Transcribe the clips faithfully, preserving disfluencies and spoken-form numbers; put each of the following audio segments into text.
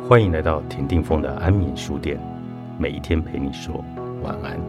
欢迎来到田定峰的安眠书店，每一天陪你说晚安。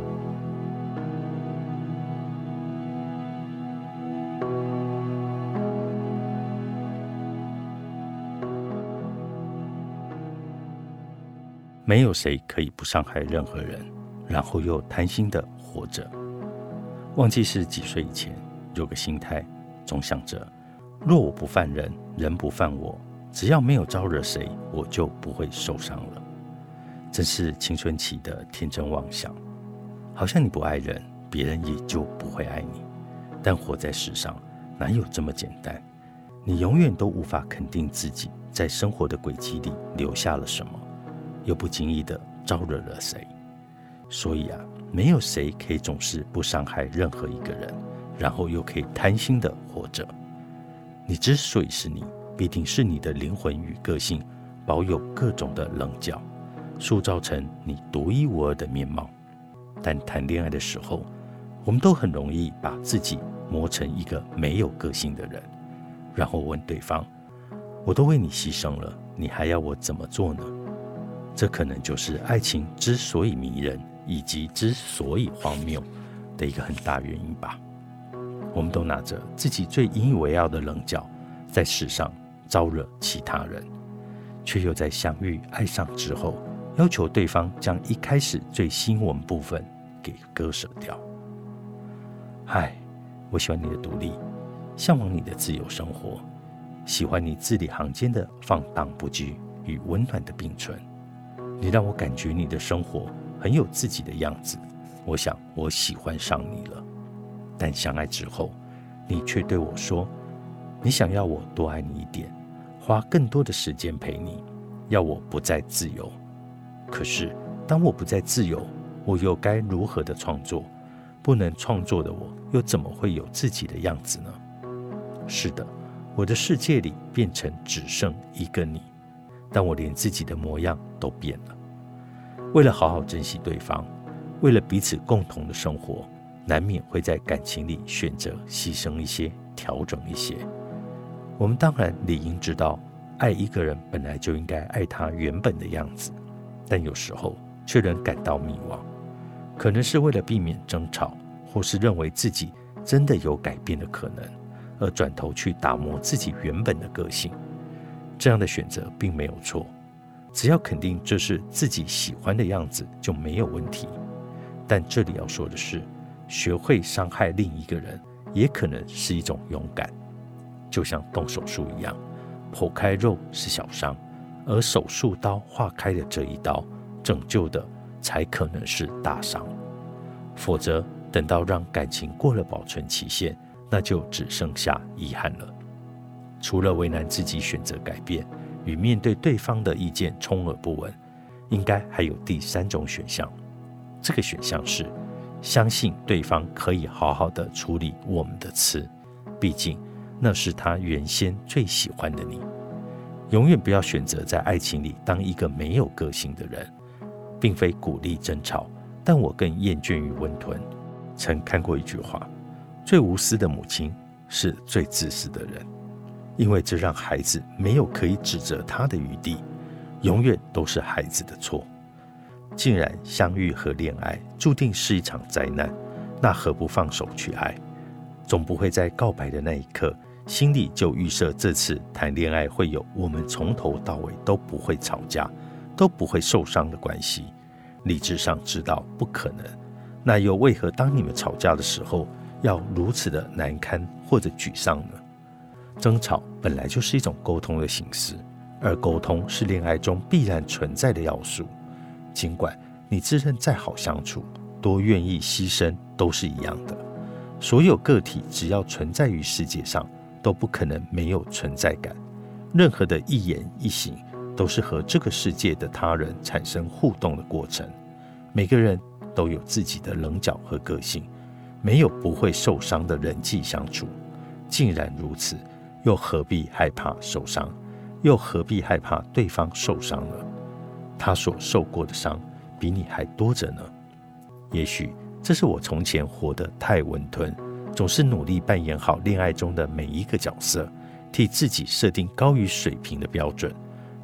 没有谁可以不伤害任何人，然后又贪心的活着。忘记是几岁以前有个心态，总想着若我不犯人，人不犯我，只要没有招惹谁，我就不会受伤了。真是青春期的天真妄想，好像你不爱人，别人也就不会爱你。但活在世上，哪有这么简单？你永远都无法肯定自己在生活的轨迹里留下了什么，又不经意的招惹了谁。所以啊，没有谁可以总是不伤害任何一个人，然后又可以贪心的活着。你之所以是你，必定是你的灵魂与个性保有各种的棱角，塑造成你独一无二的面貌。但谈恋爱的时候，我们都很容易把自己磨成一个没有个性的人，然后问对方，我都为你牺牲了，你还要我怎么做呢？这可能就是爱情之所以迷人，以及之所以荒谬的一个很大原因吧。我们都拿着自己最引以为傲的棱角，在世上招惹其他人，却又在相遇爱上之后，要求对方将一开始最吸引我们部分给割舍掉。嗨，我喜欢你的独立，向往你的自由生活，喜欢你字里行间的放荡不羁与温暖的并存。你让我感觉你的生活很有自己的样子，我想我喜欢上你了。但相爱之后，你却对我说，你想要我多爱你一点，花更多的时间陪你，要我不再自由。可是当我不再自由，我又该如何的创作？不能创作的我，又怎么会有自己的样子呢？是的，我的世界里变成只剩一个你，但我连自己的模样都变了。为了好好珍惜对方，为了彼此共同的生活，难免会在感情里选择牺牲一些，调整一些。我们当然理应知道，爱一个人本来就应该爱他原本的样子，但有时候却仍感到迷惘，可能是为了避免争吵，或是认为自己真的有改变的可能，而转头去打磨自己原本的个性。这样的选择并没有错，只要肯定这是自己喜欢的样子就没有问题。但这里要说的是，学会伤害另一个人也可能是一种勇敢。就像动手术一样，剖开肉是小伤，而手术刀划开的这一刀，拯救的才可能是大伤。否则等到让感情过了保存期限，那就只剩下遗憾了。除了为难自己选择改变与面对对方的意见充耳不闻，应该还有第三种选项。这个选项是相信对方可以好好的处理我们的刺，毕竟那是他原先最喜欢的你。永远不要选择在爱情里当一个没有个性的人。并非鼓励争吵，但我更厌倦于温吞。曾看过一句话，最无私的母亲是最自私的人，因为这让孩子没有可以指责他的余地，永远都是孩子的错。既然相遇和恋爱注定是一场灾难，那何不放手去爱？总不会在告白的那一刻，心里就预设这次谈恋爱会有我们从头到尾都不会吵架，都不会受伤的关系。理智上知道不可能，那又为何当你们吵架的时候要如此的难堪或者沮丧呢？争吵本来就是一种沟通的形式，而沟通是恋爱中必然存在的要素。尽管你自认再好相处，多愿意牺牲都是一样的。所有个体只要存在于世界上，都不可能没有存在感。任何的一言一行都是和这个世界的他人产生互动的过程。每个人都有自己的棱角和个性，没有不会受伤的人际相处。既然如此，又何必害怕受伤？又何必害怕对方受伤呢？他所受过的伤比你还多着呢。也许这是我从前活得太温吞，总是努力扮演好恋爱中的每一个角色，替自己设定高于水平的标准，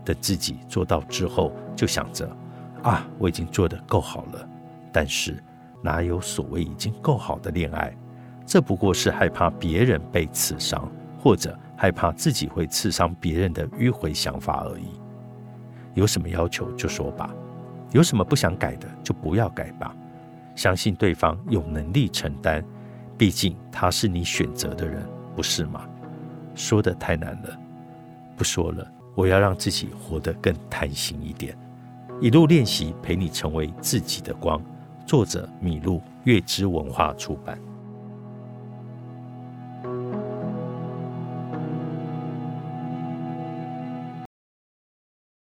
等自己做到之后，就想着啊，我已经做得够好了。但是哪有所谓已经够好的恋爱？这不过是害怕别人被刺伤，或者害怕自己会刺伤别人的迂回想法而已。有什么要求就说吧，有什么不想改的就不要改吧。相信对方有能力承担，毕竟他是你选择的人，不是吗？说得太难了，不说了，我要让自己活得更贪心一点。一路练习，陪你成为自己的光。作者：米露，月之文化出版。